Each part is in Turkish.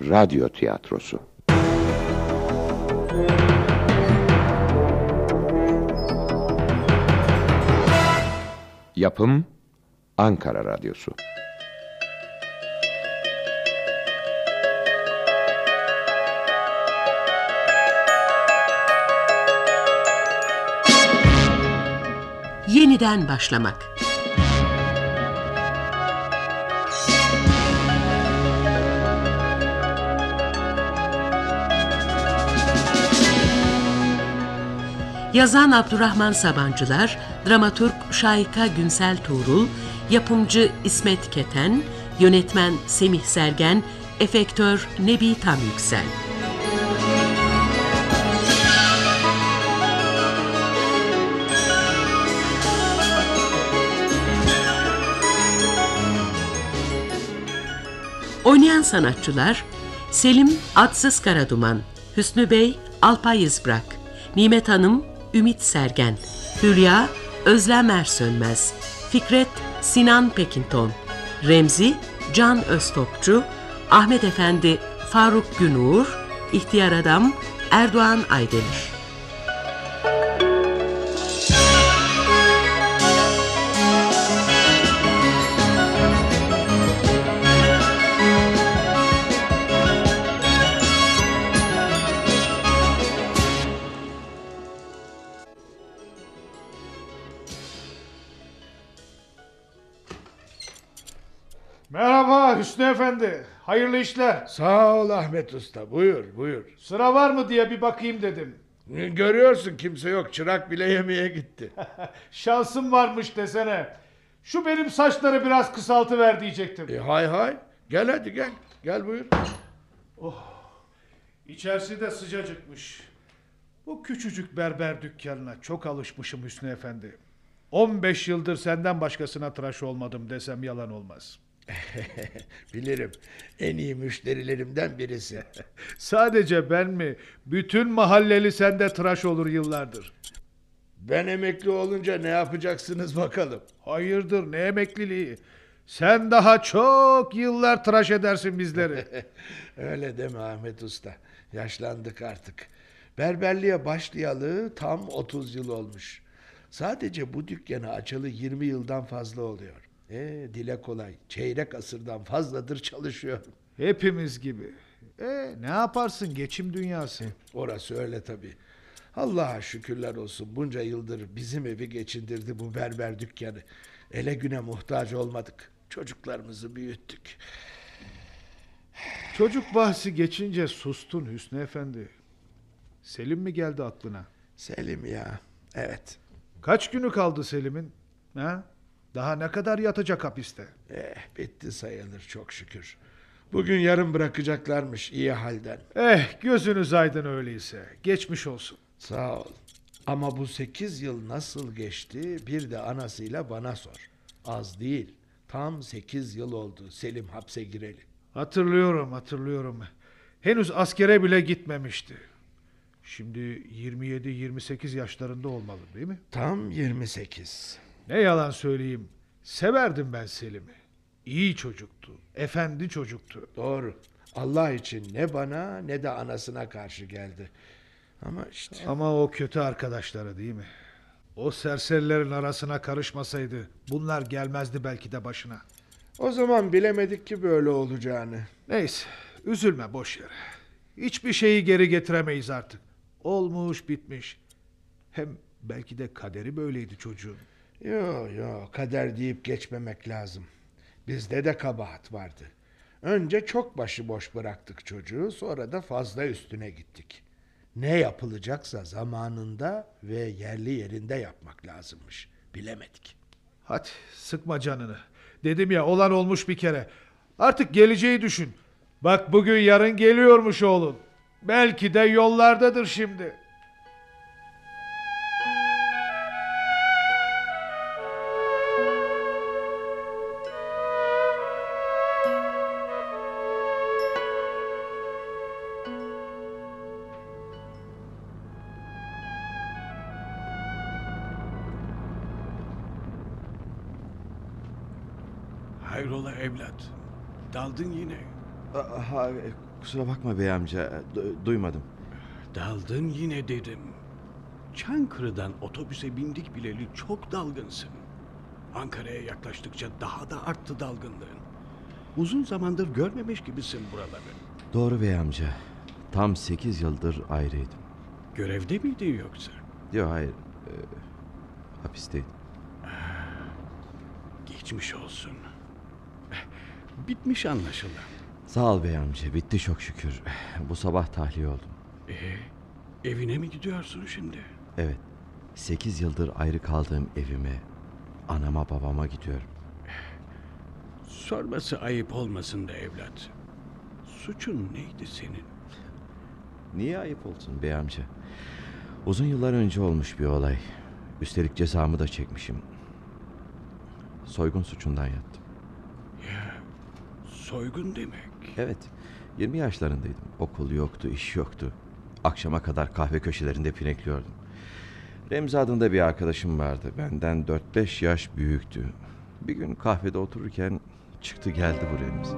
Radyo tiyatrosu. Yapım Ankara Radyosu. Yeniden başlamak. Yazan Abdurrahman Sabancılar, dramaturg Şahika Günsel Tuğrul, yapımcı İsmet Keten, yönetmen Semih Sergen, efektör Nebi Tamyüksel. Oynayan sanatçılar: Selim Adsız Karaduman, Hüsnü Bey Alpay İzbrak, Nimet Hanım Ümit Sergen, Hülya Özlem Ersönmez, Fikret Sinan Pekinton, Remzi Can Öztopçu, Ahmet Efendi Faruk Günuğur, İhtiyar Adam Erdoğan Aydemir. Merhaba Hüsnü Efendi. Hayırlı işler. Sağ ol Ahmet Usta. Buyur. Sıra var mı diye bir bakayım dedim. Görüyorsun kimse yok. Çırak bile yemeğe gitti. Şansım varmış desene. Şu benim saçları biraz kısaltıver diyecektim. Hay. Gel hadi gel. Gel buyur. İçerisi de sıcacıkmış. Bu küçücük berber dükkanına çok alışmışım Hüsnü Efendi. 15 yıldır senden başkasına tıraş olmadım desem yalan olmaz. Bilirim. En iyi müşterilerimden birisi. Sadece ben mi? Bütün mahalleli sende tıraş olur yıllardır. Ben emekli olunca ne yapacaksınız bakalım? Hayırdır, ne emekliliği? Sen daha çok yıllar tıraş edersin bizleri. Öyle deme Ahmet Usta. Yaşlandık artık. Berberliğe başlayalı tam 30 yıl olmuş. Sadece bu dükkanı açalı 20 yıldan fazla oluyor. Dile kolay. Çeyrek asırdan fazladır çalışıyorum. Hepimiz gibi. Ne yaparsın, geçim dünyası. Orası öyle tabii. Allah'a şükürler olsun, bunca yıldır bizim evi geçindirdi bu berber dükkanı. Ele güne muhtaç olmadık. Çocuklarımızı büyüttük. Çocuk bahsi geçince sustun Hüsnü Efendi. Selim mi geldi aklına? Selim ya, evet. Kaç günü kaldı Selim'in? Ha? Daha ne kadar yatacak hapiste? Bitti sayılır çok şükür. Bugün yarın bırakacaklarmış iyi halden. Gözünüz aydın öyleyse. Geçmiş olsun. Sağ ol. Ama bu 8 yıl nasıl geçti bir de anasıyla bana sor. Az değil. Tam 8 yıl oldu Selim hapse gireli. Hatırlıyorum. Henüz askere bile gitmemişti. Şimdi 27-28 yaşlarında olmalı değil mi? Tam 28. Ne yalan söyleyeyim. Severdim ben Selim'i. İyi çocuktu. Efendi çocuktu. Doğru. Allah için ne bana ne de anasına karşı geldi. Ama işte... Ama o kötü arkadaşları değil mi? O serserilerin arasına karışmasaydı bunlar gelmezdi belki de başına. O zaman bilemedik ki böyle olacağını. Neyse, üzülme boş yere. Hiçbir şeyi geri getiremeyiz artık. Olmuş bitmiş. Hem belki de kaderi böyleydi çocuğun. Yo, kader deyip geçmemek lazım. Bizde de kabahat vardı. Önce çok başıboş bıraktık çocuğu, sonra da fazla üstüne gittik. Ne yapılacaksa zamanında ve yerli yerinde yapmak lazımmış. Bilemedik. Hadi sıkma canını. Dedim ya, olan olmuş bir kere. Artık geleceği düşün. Bak bugün yarın geliyormuş oğlun. Belki de yollardadır şimdi. Hayrola evlat? Daldın yine. Kusura bakma bey amca. Duymadım. Daldın yine dedim. Çankırı'dan otobüse bindik bileli çok dalgınsın. Ankara'ya yaklaştıkça daha da arttı dalgınlığın. Uzun zamandır görmemiş gibisin buraları. Doğru bey amca. Tam 8 yıldır ayrıydım. Görevde miydin yoksa? Yok hayır. Hapisteydim. Geçmiş olsun. Bitmiş anlaşılan. Sağ ol bey amca. Bitti çok şükür. Bu sabah tahliye oldum. Evine mi gidiyorsun şimdi? Evet. 8 yıldır ayrı kaldığım evime, anama babama gidiyorum. Sorması ayıp olmasın da evlat. Suçun neydi senin? Niye ayıp olsun bey amca? Uzun yıllar önce olmuş bir olay. Üstelik cezamı da çekmişim. Soygun suçundan yattım. Soygun demek. Evet. 20 yaşlarındaydım. Okul yoktu, iş yoktu. Akşama kadar kahve köşelerinde pinekliyordum. Remzi adında bir arkadaşım vardı. Benden 4-5 yaş büyüktü. Bir gün kahvede otururken çıktı geldi bu Remzi.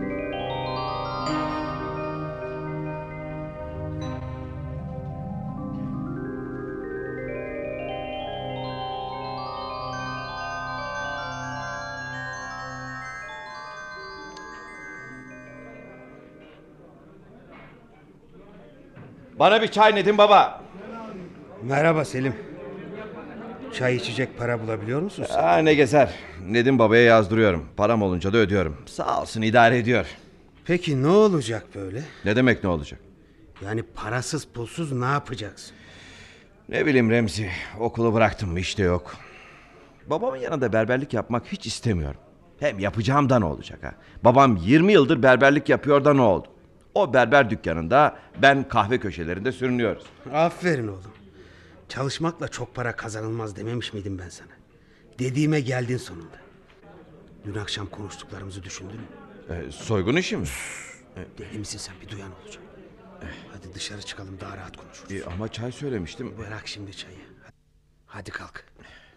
Bana bir çay Nedim baba. Merhaba Selim. Çay içecek para bulabiliyor musun sen? Ne gezer. Nedim babaya yazdırıyorum. Param olunca da ödüyorum. Sağ olsun idare ediyor. Peki ne olacak böyle? Ne demek ne olacak? Yani parasız pulsuz ne yapacaksın? Ne bileyim Remzi. Okulu bıraktım işte yok. Babamın yanında berberlik yapmak hiç istemiyorum. Hem yapacağım da ne olacak ha? Babam 20 yıldır berberlik yapıyor da ne oldu? O berber dükkanında, ben kahve köşelerinde sürünüyoruz. Aferin oğlum. Çalışmakla çok para kazanılmaz dememiş miydim ben sana? Dediğime geldin sonunda. Dün akşam konuştuklarımızı düşündün mü? Soygun işi mi? Deli misin sen, bir duyan olacak. Hadi dışarı çıkalım, daha rahat konuşuruz. Ama çay söylemiştim. Bırak şimdi çayı. Hadi kalk.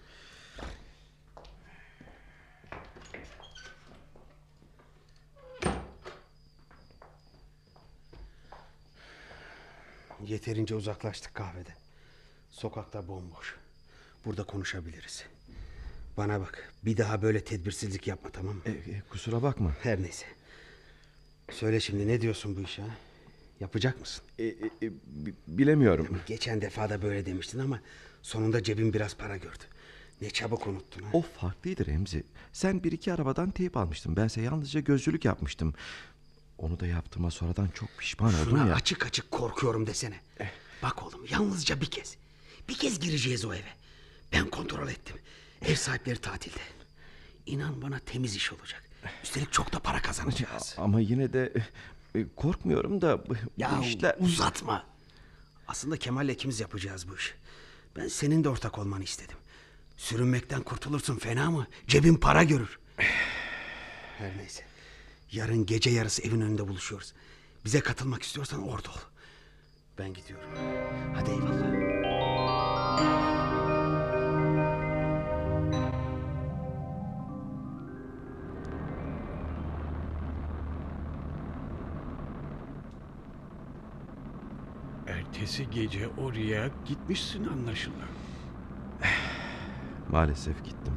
Yeterince uzaklaştık kahvede. Sokakta bomboş. Burada konuşabiliriz. Bana bak, bir daha böyle tedbirsizlik yapma, tamam mı? Kusura bakma. Her neyse. Söyle şimdi, ne diyorsun bu işe? Yapacak mısın? Bilemiyorum. Geçen defa da böyle demiştin ama sonunda cebin biraz para gördü. Ne çabuk unuttun ha? O farklıydı Remzi. Sen 1-2 arabadan teyip almıştın. Bense yalnızca gözcülük yapmıştım. Onu da yaptığıma sonradan çok pişman oldum Şuna ya. açık açık korkuyorum desene. Bak oğlum, yalnızca bir kez. Bir kez gireceğiz o eve. Ben kontrol ettim. Ev sahipleri tatilde. İnan bana, temiz iş olacak. Üstelik çok da para kazanacağız. Ama yine de korkmuyorum da Ya bu işler... uzatma. Aslında Kemal'le ikimiz yapacağız bu işi. Ben senin de ortak olmanı istedim. Sürünmekten kurtulursun, fena mı? Cebin para görür. Her neyse. Yarın gece yarısı evin önünde buluşuyoruz. Bize katılmak istiyorsan orada ol. Ben gidiyorum. Hadi eyvallah. Ertesi gece oraya gitmişsin anlaşılan. Maalesef gittim.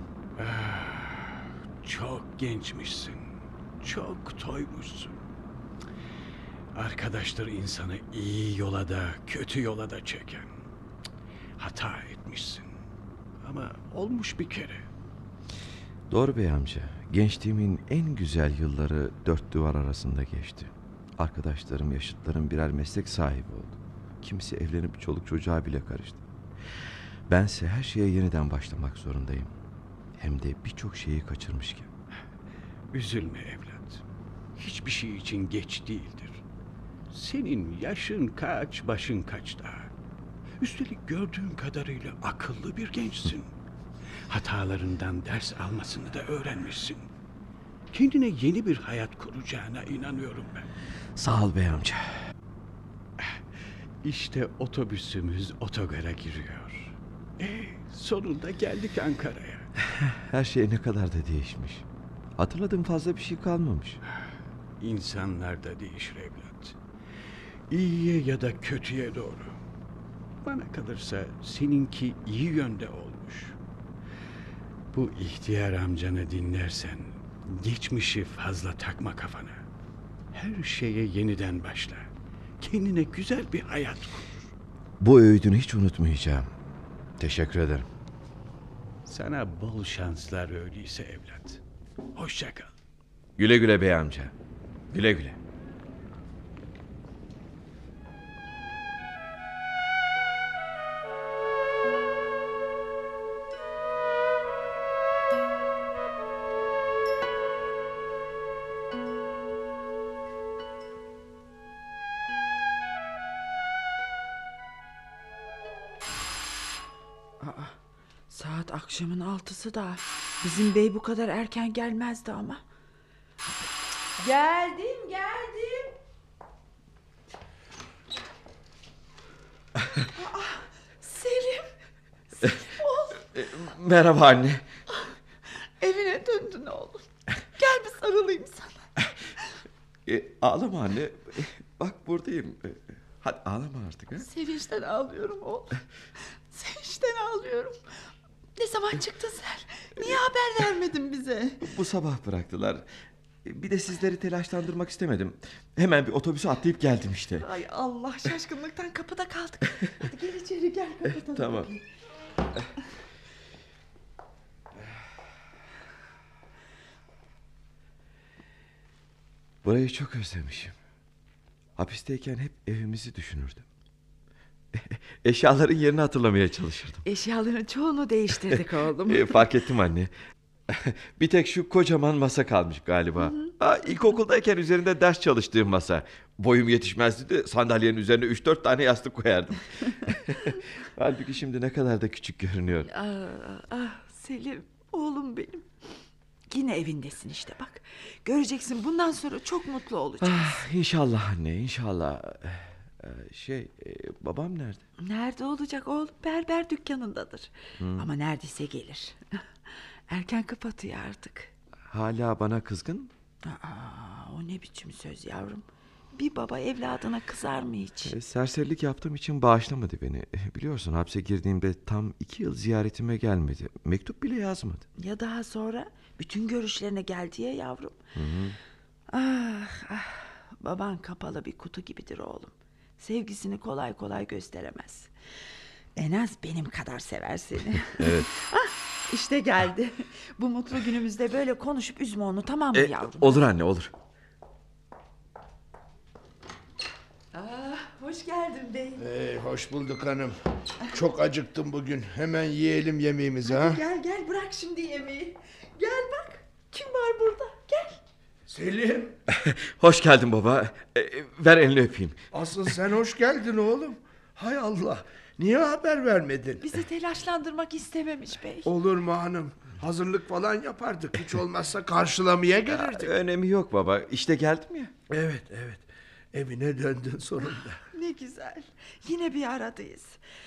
Çok gençmişsin. Çok toymuşsun. Arkadaşlar insanı iyi yola da kötü yola da çeken. Hata etmişsin. Ama olmuş bir kere. Doğru bey amca. Gençliğimin en güzel yılları 4 duvar arasında geçti. Arkadaşlarım, yaşıtlarım birer meslek sahibi oldu. Kimisi evlenip çoluk çocuğa bile karıştı. Bense her şeye yeniden başlamak zorundayım. Hem de birçok şeyi kaçırmışken. Üzülme evlat. Hiçbir şey için geç değildir. Senin yaşın kaç, başın kaç daha. Üstelik gördüğüm kadarıyla akıllı bir gençsin. Hatalarından ders almasını da öğrenmişsin. Kendine yeni bir hayat kuracağına inanıyorum ben. Sağ ol bey amca. İşte otobüsümüz otogara giriyor. Sonunda geldik Ankara'ya. Her şey ne kadar da değişmiş. Hatırladığım fazla bir şey kalmamış. İnsanlar da değişir evlat. İyiye ya da kötüye doğru. Bana kalırsa seninki iyi yönde olmuş. Bu ihtiyar amcanı dinlersen geçmişi fazla takma kafana. Her şeye yeniden başla. Kendine güzel bir hayat kur. Bu öğüdünü hiç unutmayacağım. Teşekkür ederim. Sana bol şanslar öyleyse evlat. Hoşça kal. Güle güle bey amca. Güle güle. Saat akşamın 6'sı da. Bizim bey bu kadar erken gelmezdi ama. Geldim. Selim. Oğlum. Merhaba anne. Evine döndün oğlum. Gel bir sarılayım sana. Ağlama anne. Bak buradayım. Hadi ağlama artık. Ha? Sevinçten ağlıyorum oğlum. Sevinçten ağlıyorum. Ne zaman çıktın sen? Niye haber vermedin bize? Bu sabah bıraktılar. Bir de sizleri telaşlandırmak istemedim. Hemen bir otobüse atlayıp geldim işte. Ay Allah, şaşkınlıktan kapıda kaldık. Hadi gel içeri, gel kapatalım. Tamam. Burayı çok özlemişim. Hapisteyken hep evimizi düşünürdüm. Eşyaların yerini hatırlamaya çalışırdım. Eşyaların çoğunu değiştirdik oğlum. Fark ettim anne. Bir tek şu kocaman masa kalmış galiba. İlkokuldayken üzerinde ders çalıştığım masa. Boyum yetişmezdi de sandalyenin üzerine 3-4 tane yastık koyardım. Halbuki şimdi ne kadar da küçük görünüyor. Selim, oğlum benim. Yine evindesin işte bak. Göreceksin, bundan sonra çok mutlu olacağız. İnşallah anne, inşallah. Babam nerede? Nerede olacak oğlum? Berber dükkanındadır. Ama neredeyse gelir. Erken kapatıyor artık. Hala bana kızgın? O ne biçim söz yavrum? Bir baba evladına kızar mı hiç? Serserilik yaptığım için bağışlamadı beni. Biliyorsun, hapse girdiğimde tam 2 yıl ziyaretime gelmedi. Mektup bile yazmadı. Ya daha sonra bütün görüşlerine geldi ya yavrum. Baban kapalı bir kutu gibidir oğlum. Sevgisini kolay kolay gösteremez. En az benim kadar sever seni. Evet. İşte geldi. Bu mutlu günümüzde böyle konuşup üzme onu, tamam mı yavrum? Olur anne, olur. Hoş geldin bey. Hoş bulduk hanım. Çok acıktım bugün. Hemen yiyelim yemeğimizi ha. Gel bırak şimdi yemeği. Gel bak, kim var burada, gel. Selim. Hoş geldin baba. Ver elini öpeyim. Asıl sen hoş geldin oğlum. Hay Allah. Niye haber vermedin? Bizi telaşlandırmak istememiş bey. Olur mu hanım? Hazırlık falan yapardık. Hiç olmazsa karşılamaya gelirdik. Önemi yok baba. İşte geldim ya. Evet. Evine döndün sonunda. Ne güzel. Yine bir aradayız.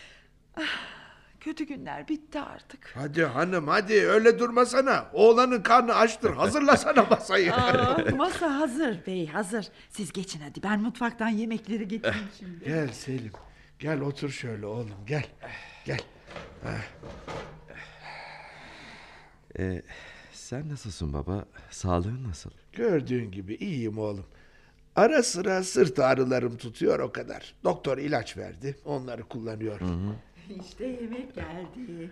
Kötü günler bitti artık. Hadi hanım hadi, öyle durmasana. Oğlanın karnı açtır. Hazırlasana masayı. Masa hazır bey, hazır. Siz geçin hadi, ben mutfaktan yemekleri getireyim şimdi. Gel Selim. Gel otur şöyle oğlum, gel. Sen nasılsın baba? Sağlığın nasıl? Gördüğün gibi iyiyim oğlum. Ara sıra sırt ağrılarım tutuyor, o kadar. Doktor ilaç verdi, onları kullanıyorum. İşte yemek geldi.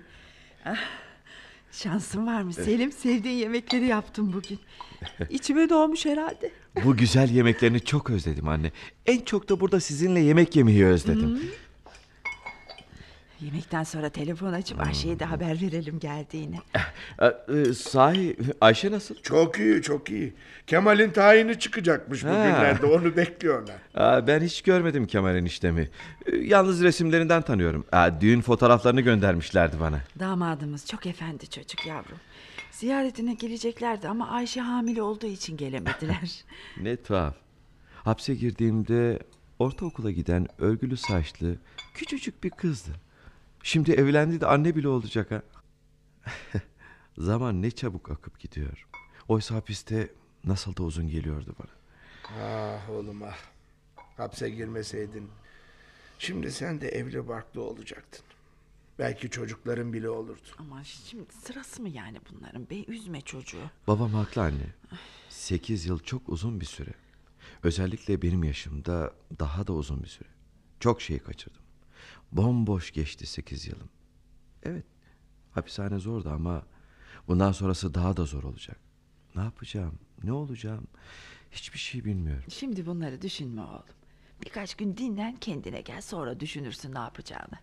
Şansın varmış Selim, sevdiğin yemekleri yaptım bugün. İçime doğmuş herhalde. Bu güzel yemeklerini çok özledim anne. En çok da burada sizinle yemek yemeyi özledim. Yemekten sonra telefon açıp Ayşe'ye de haber verelim geldiğini. Sahi Ayşe nasıl? Çok iyi. Kemal'in tayini çıkacakmış bugünlerde, onu bekliyorlar. Ben hiç görmedim Kemal eniştemi. Yalnız resimlerinden tanıyorum. Düğün fotoğraflarını göndermişlerdi bana. Damadımız çok efendi çocuk yavrum. Ziyaretine geleceklerdi ama Ayşe hamile olduğu için gelemediler. Ne tuhaf. Hapse girdiğimde ortaokula giden örgülü saçlı küçücük bir kızdı. Şimdi evlendi de anne bile olacak ha. Zaman ne çabuk akıp gidiyor. Oysa hapiste nasıl da uzun geliyordu bana. Ah oğlum ah. Hapse girmeseydin şimdi sen de evli barklı olacaktın. Belki çocukların bile olurdu. Ama şimdi sırası mı yani bunların? Bey, üzme çocuğu. Babam haklı anne. 8 yıl çok uzun bir süre. Özellikle benim yaşımda daha da uzun bir süre. Çok şey kaçırdım. Bomboş geçti 8 yılım. Evet, hapishane zordu ama bundan sonrası daha da zor olacak. Ne yapacağım, ne olacağım hiçbir şey bilmiyorum. Şimdi bunları düşünme oğlum. Birkaç gün dinlen, kendine gel, sonra düşünürsün ne yapacağını.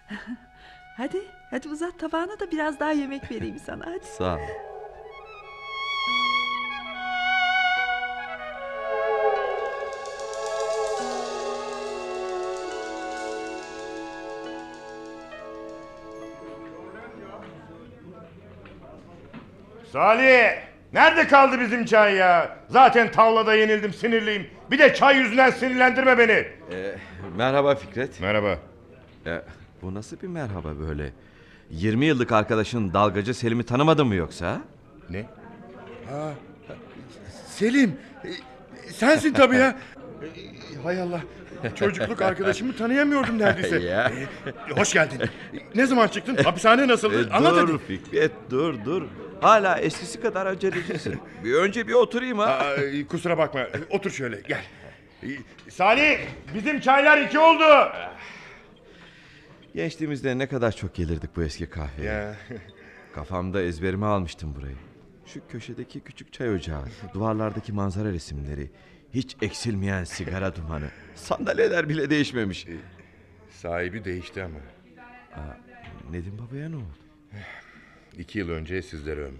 Hadi uzat tabağına da biraz daha yemek vereyim sana, hadi. Sağ ol. Salih! Nerede kaldı bizim çay ya? Zaten tavlada yenildim, sinirliyim. Bir de çay yüzünden sinirlendirme beni. Merhaba Fikret. Merhaba. Bu nasıl bir merhaba böyle? 20 yıllık arkadaşın dalgacı Selim'i tanımadın mı yoksa? Ne? Selim, sensin tabii ya. Hay Allah, çocukluk arkadaşımı tanıyamıyordum neredeyse. Ya. Hoş geldin. Ne zaman çıktın? Hapishane nasıldı? Anlat Dur hadi. Fikret, dur. Hala eskisi kadar acelecisin. Önce bir oturayım ha. Kusura bakma, otur şöyle, gel. Salih! Bizim çaylar 2 oldu. Gençliğimizde ne kadar çok gelirdik bu eski kahveye. Ya. Kafamda ezberime almıştım burayı. Şu köşedeki küçük çay ocağı, duvarlardaki manzara resimleri, hiç eksilmeyen sigara dumanı, sandalyeler bile değişmemiş. Sahibi değişti ama. Nedim babaya ne oldu? 2 yıl önce sizlere ömür.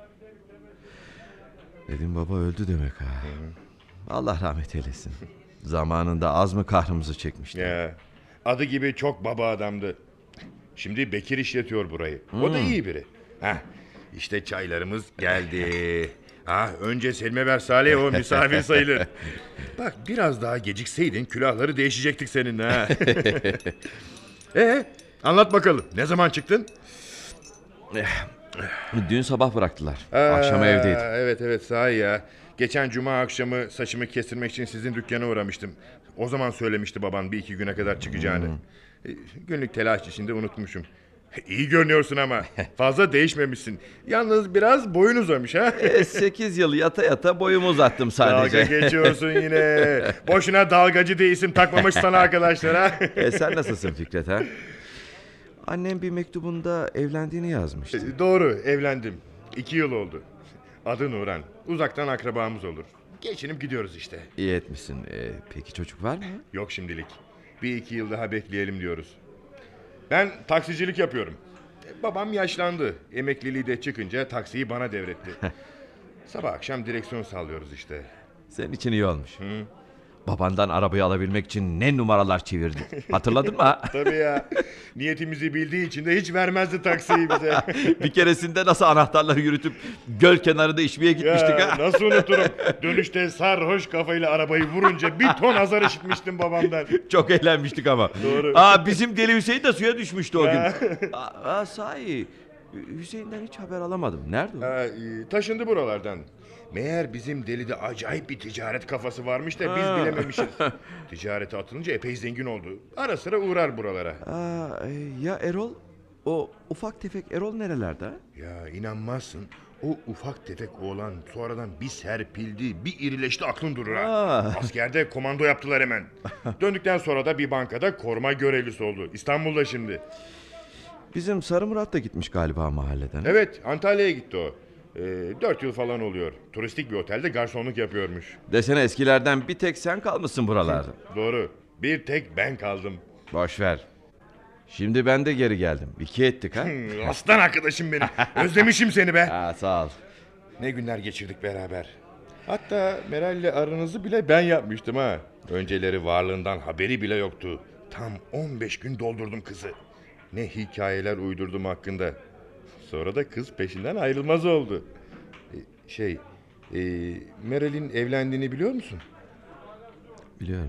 Nedim baba öldü demek ha. Allah rahmet eylesin. Zamanında az mı kahrımızı çekmişti. Ya, adı gibi çok baba adamdı. Şimdi Bekir işletiyor burayı. O da iyi biri. İşte çaylarımız geldi. Önce Selim'e ver Salih, o misafir sayılır. Bak biraz daha gecikseydin külahları değişecektik seninle. Anlat bakalım, ne zaman çıktın? Dün sabah bıraktılar. Akşama evdeydim. Evet sahi ya. Geçen cuma akşamı saçımı kestirmek için sizin dükkana uğramıştım. O zaman söylemişti baban 1-2 güne kadar çıkacağını. Günlük telaş içinde unutmuşum. İyi görünüyorsun ama. Fazla değişmemişsin. Yalnız biraz boyun uzamış ha. 8 yıl yata yata boyumu uzattım sadece. Dalga geçiyorsun yine. Boşuna dalgacı diye isim takmamış sana arkadaşlar ha. Sen nasılsın Fikret ha? Annem bir mektubunda evlendiğini yazmıştı. Doğru, evlendim. 2 yıl oldu. Adı Nuran. Uzaktan akrabamız olur. Geçinip gidiyoruz işte. İyi etmişsin. Peki çocuk var mı? Yok şimdilik. 1-2 yıl daha bekleyelim diyoruz. Ben taksicilik yapıyorum. Babam yaşlandı. Emekliliği de çıkınca taksiyi bana devretti. Sabah akşam direksiyon sallıyoruz işte. Senin için iyi olmuş. Babandan arabayı alabilmek için ne numaralar çevirdik. Hatırladın mı? Tabii ya. Niyetimizi bildiği için de hiç vermezdi taksiyi bize. Bir keresinde nasıl anahtarları yürütüp göl kenarında içmeye gitmiştik ha. Nasıl unuturum. Dönüşte sarhoş kafayla arabayı vurunca bir ton azar işitmiştim babamdan. Çok eğlenmiştik ama. Doğru. Bizim Deli Hüseyin de suya düşmüştü o gün. Sahi Hüseyin'den hiç haber alamadım. Nerede o? Taşındı buralardan. Meğer bizim delide acayip bir ticaret kafası varmış da biz bilememişiz. Ticarete atılınca epey zengin oldu. Ara sıra uğrar buralara. Ya Erol? O ufak tefek Erol nerelerde? Ya inanmazsın. O ufak tefek oğlan sonradan bir serpildi, bir irileşti, aklın durur ha. Askerde komando yaptılar hemen. Döndükten sonra da bir bankada koruma görevlisi oldu. İstanbul'da şimdi. Bizim Sarı Murat da gitmiş galiba mahalleden. Evet, Antalya'ya gitti o. 4 yıl falan oluyor. Turistik bir otelde garsonluk yapıyormuş. Desene eskilerden bir tek sen kalmışsın buralarda. Doğru. Bir tek ben kaldım. Boş ver. Şimdi ben de geri geldim. 2 ettik ha. Aslan arkadaşım benim. Özlemişim seni be. Sağ ol. Ne günler geçirdik beraber. Hatta Meral'le aranızı bile ben yapmıştım ha. Önceleri varlığından haberi bile yoktu. Tam 15 gün doldurdum kızı. Ne hikayeler uydurdum hakkında. Sonra da kız peşinden ayrılmaz oldu. Meral'in evlendiğini biliyor musun? Biliyorum.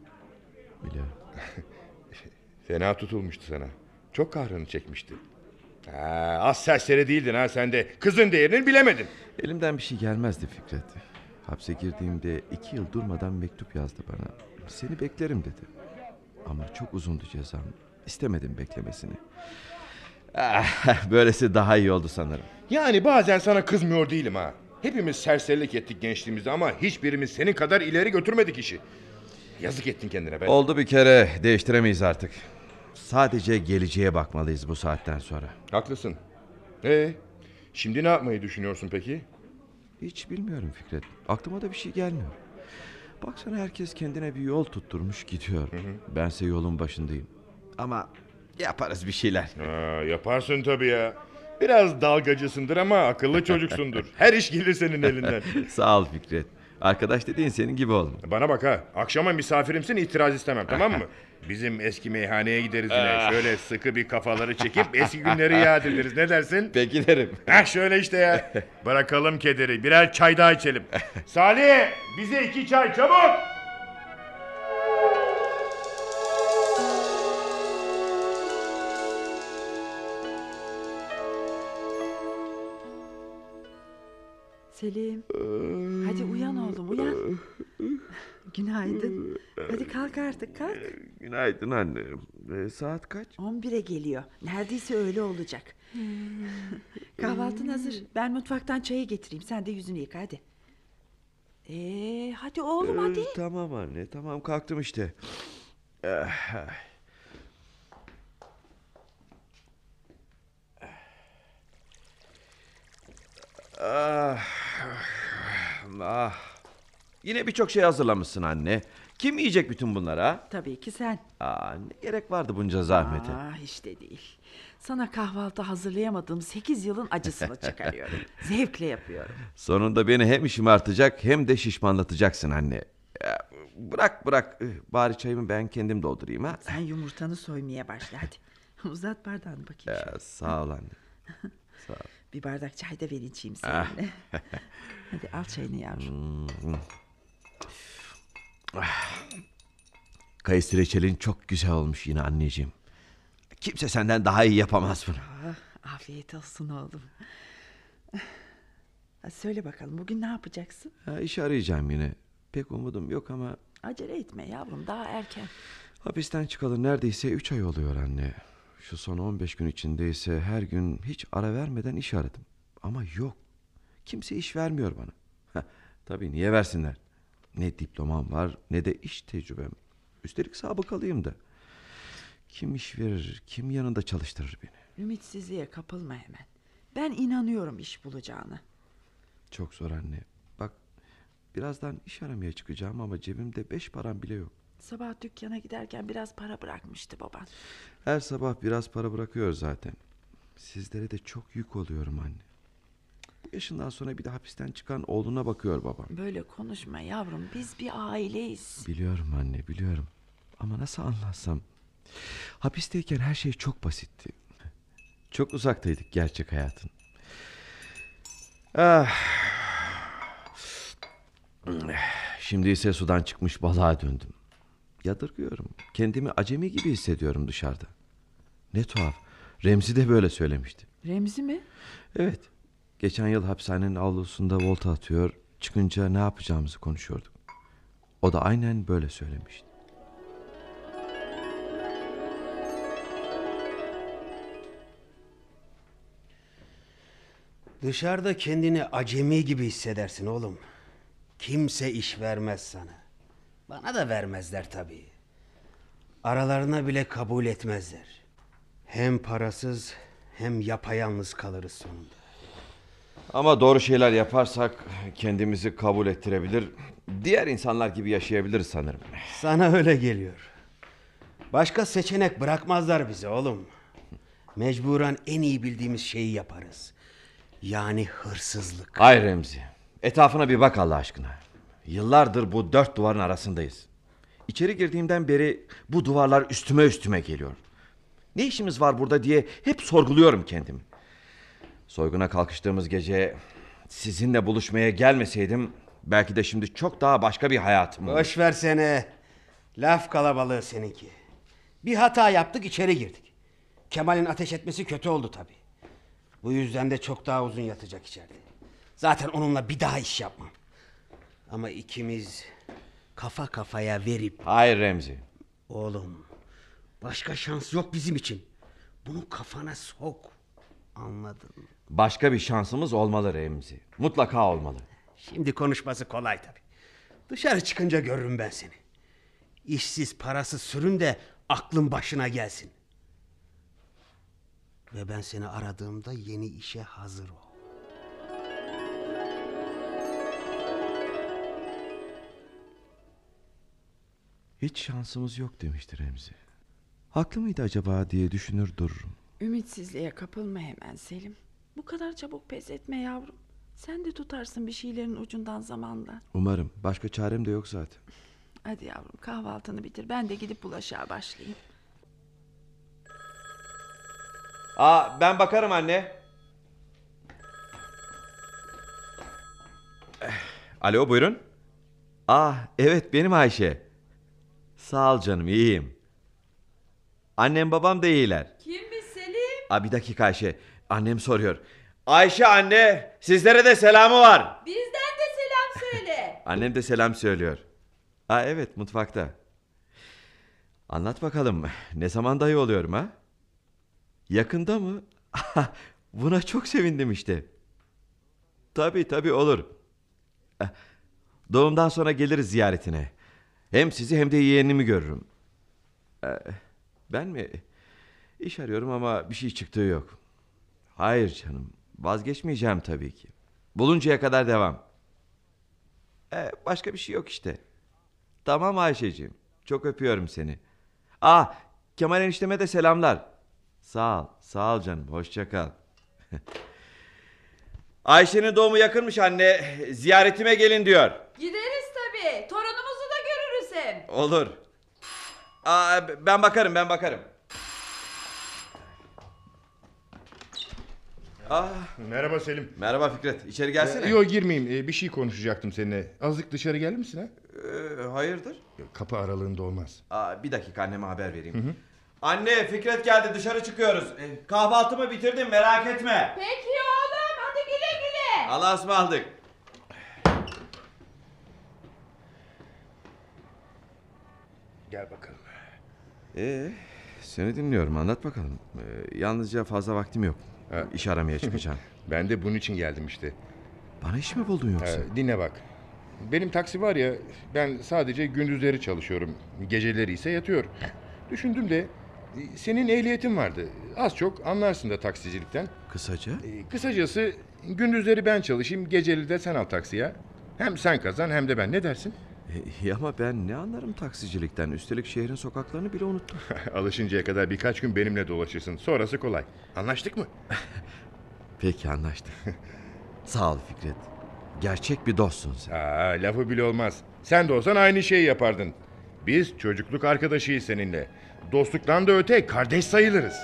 Fena tutulmuştu sana. Çok kahrını çekmişti. Az serseri değildin ha sen de. Kızın değerini bilemedin. Elimden bir şey gelmezdi Fikret. Hapse girdiğimde 2 yıl durmadan mektup yazdı bana. Seni beklerim dedi. Ama çok uzundu cezam. İstemedim beklemesini. Böylesi daha iyi oldu sanırım. Yani bazen sana kızmıyor değilim ha. Hepimiz serserilik ettik gençliğimizde ama hiçbirimiz senin kadar ileri götürmedik işi. Yazık ettin kendine be. Oldu bir kere, değiştiremeyiz artık. Sadece geleceğe bakmalıyız bu saatten sonra. Haklısın. Şimdi ne yapmayı düşünüyorsun peki? Hiç bilmiyorum Fikret. Aklıma da bir şey gelmiyor. Baksana herkes kendine bir yol tutturmuş gidiyor. Bense yolun başındayım. Ama yaparız bir şeyler. Yaparsın tabii ya. Biraz dalgacısındır ama akıllı çocuksundur. Her iş gelir senin elinden. Sağ ol Fikret. Arkadaş dediğin senin gibi oldu. Bana bak ha. Akşama misafirimsin, itiraz istemem, tamam mı? Bizim eski meyhaneye gideriz yine. Şöyle sıkı bir kafaları çekip eski günleri yad ederiz. Ne dersin? Peki derim. Şöyle işte ya. Bırakalım kederi. Birer çay daha içelim. Salih, bize 2 çay çabuk. Selim. Hadi uyan oğlum, uyan. Günaydın. Hadi kalk artık, kalk. Günaydın anne. Saat kaç? 11'e geliyor. Neredeyse öyle olacak. Kahvaltın hazır. Ben mutfaktan çayı getireyim. Sen de yüzünü yıka hadi. Hadi oğlum hadi. Tamam anne, tamam kalktım işte. Yine birçok şey hazırlamışsın anne. Kim yiyecek bütün bunları ha? Tabii ki sen. Ne gerek vardı bunca zahmete? Hiç de değil. Sana kahvaltı hazırlayamadığım 8 yılın acısını çıkarıyorum. Zevkle yapıyorum. Sonunda beni hem şımartacak hem de şişmanlatacaksın anne. Bırak. Bari çayımı ben kendim doldurayım ha. Sen yumurtanı soymaya başla hadi. Uzat bardağını bakayım. Sağ ol anne. Sağ ol. Bir bardak çay da vereyim seninle. Hadi al çayını yavrum. Kayısı reçelin çok güzel olmuş yine anneciğim. Kimse senden daha iyi yapamaz bunu. Afiyet olsun oğlum. Söyle bakalım bugün ne yapacaksın? İş arayacağım yine. Pek umudum yok ama... Acele etme yavrum, daha erken. Hapisten çıkalı neredeyse 3 ay oluyor anne. Şu son 15 gün içinde ise her gün hiç ara vermeden iş aradım. Ama yok. Kimse iş vermiyor bana. Tabii niye versinler? Ne diplomam var ne de iş tecrübem. Üstelik sabıkalıyım da. Kim iş verir, kim yanında çalıştırır beni? Ümitsizliğe kapılma hemen. Ben inanıyorum iş bulacağına. Çok zor anne. Bak birazdan iş aramaya çıkacağım ama cebimde 5 param bile yok. Sabah dükkana giderken biraz para bırakmıştı baban. Her sabah biraz para bırakıyor zaten. Sizlere de çok yük oluyorum anne. Bu yaşından sonra bir de hapisten çıkan oğluna bakıyor babam. Böyle konuşma yavrum, biz bir aileyiz. Biliyorum anne, biliyorum. Ama nasıl anlatsam. Hapisteyken her şey çok basitti. Çok uzaktaydık gerçek hayatın. Şimdi ise sudan çıkmış balığa döndüm. Yadırgıyorum. Kendimi acemi gibi hissediyorum dışarıda. Ne tuhaf. Remzi de böyle söylemişti. Remzi mi? Evet. Geçen yıl hapishanenin avlusunda volta atıyor. Çıkınca ne yapacağımızı konuşuyorduk. O da aynen böyle söylemişti. Dışarıda kendini acemi gibi hissedersin oğlum. Kimse iş vermez sana. Bana da vermezler tabii. Aralarına bile kabul etmezler. Hem parasız hem yapayalnız kalırız sonunda. Ama doğru şeyler yaparsak kendimizi kabul ettirebilir, diğer insanlar gibi yaşayabiliriz sanırım. Sana öyle geliyor. Başka seçenek bırakmazlar bize oğlum. Mecburen en iyi bildiğimiz şeyi yaparız. Yani hırsızlık. Hayır Remzi. Etrafına bir bak Allah aşkına. Yıllardır bu 4 duvarın arasındayız. İçeri girdiğimden beri bu duvarlar üstüme geliyor. Ne işimiz var burada diye hep sorguluyorum kendimi. Soyguna kalkıştığımız gece sizinle buluşmaya gelmeseydim belki de şimdi çok daha başka bir hayatım olurdu. Boş versene. Laf kalabalığı seninki. Bir hata yaptık, içeri girdik. Kemal'in ateş etmesi kötü oldu tabii. Bu yüzden de çok daha uzun yatacak içeride. Zaten onunla bir daha iş yapmam. Ama ikimiz kafa kafaya verip... Hayır Remzi. Oğlum, başka şans yok bizim için. Bunu kafana sok. Anladın mı? Başka bir şansımız olmalı Remzi. Mutlaka olmalı. Şimdi konuşması kolay tabii. Dışarı çıkınca görürüm ben seni. İşsiz parasız sürün de aklın başına gelsin. Ve ben seni aradığımda yeni işe hazır ol. Hiç şansımız yok demişti Remzi. Haklı mıydı acaba diye düşünür dururum. Ümitsizliğe kapılma hemen Selim. Bu kadar çabuk pes etme yavrum. Sen de tutarsın bir şeylerin ucundan zamanla. Umarım. Başka çarem de yok zaten. Hadi yavrum, kahvaltını bitir. Ben de gidip bulaşığa başlayayım. Ben bakarım anne. Alo, buyurun. Evet, benim Ayşe. Sağ ol canım, iyiyim. Annem babam da iyiler. Kimmiş Selim? Bir dakika Ayşe. Annem soruyor. Ayşe anne, sizlere de selamı var. Bizden de selam söyle. Annem de selam söylüyor. Evet, mutfakta. Anlat bakalım, ne zaman dayı oluyorum ha? Yakında mı? Buna çok sevindim işte. Tabii olur. Doğumdan sonra geliriz ziyaretine. Hem sizi hem de yeğenimi görürüm. Ben mi? İş arıyorum ama bir şey çıktığı yok. Hayır canım, vazgeçmeyeceğim tabii ki. Buluncaya kadar devam. Başka bir şey yok işte. Tamam Ayşeciğim, çok öpüyorum seni. Kemal enişteme de selamlar. Sağ ol canım, hoşça kal. Ayşe'nin doğumu yakınmış anne. Ziyaretime gelin diyor. Gideriz tabii. Torunumuzu da görürüz hem. Olur. Ben bakarım. Merhaba Selim. Merhaba Fikret. İçeri gelsene. Yok girmeyeyim. Bir şey konuşacaktım seninle. Azıcık dışarı gelir misin ha? Hayırdır? Kapı aralığında olmaz. Bir dakika anneme haber vereyim. Anne, Fikret geldi, dışarı çıkıyoruz. Kahvaltımı bitirdim, merak etme. Peki oğlum, hadi güle güle. Allah'a ısmarladık. Gel bakalım. Seni dinliyorum, anlat bakalım. Yalnızca fazla vaktim yok. İş aramaya çıkacağım. Ben de bunun için geldim işte. Bana iş mi buldun yoksa? Dinle bak. Benim taksi var ya, ben sadece gündüzleri çalışıyorum. Geceleri ise yatıyor. Düşündüm de senin ehliyetin vardı. Az çok anlarsın da taksicilikten. Kısaca? Kısacası gündüzleri ben çalışayım, geceleri de sen al taksiye. Hem sen kazan hem de ben, ne dersin? Ama ben ne anlarım taksicilikten. Üstelik şehrin sokaklarını bile unuttum. Alışıncaya kadar birkaç gün benimle dolaşırsın. Sonrası kolay. Anlaştık mı? Peki, anlaştık. Sağ ol Fikret. Gerçek bir dostsun sen. Lafı bile olmaz. Sen de olsan aynı şeyi yapardın. Biz çocukluk arkadaşıyız seninle. Dostluktan da öte kardeş sayılırız.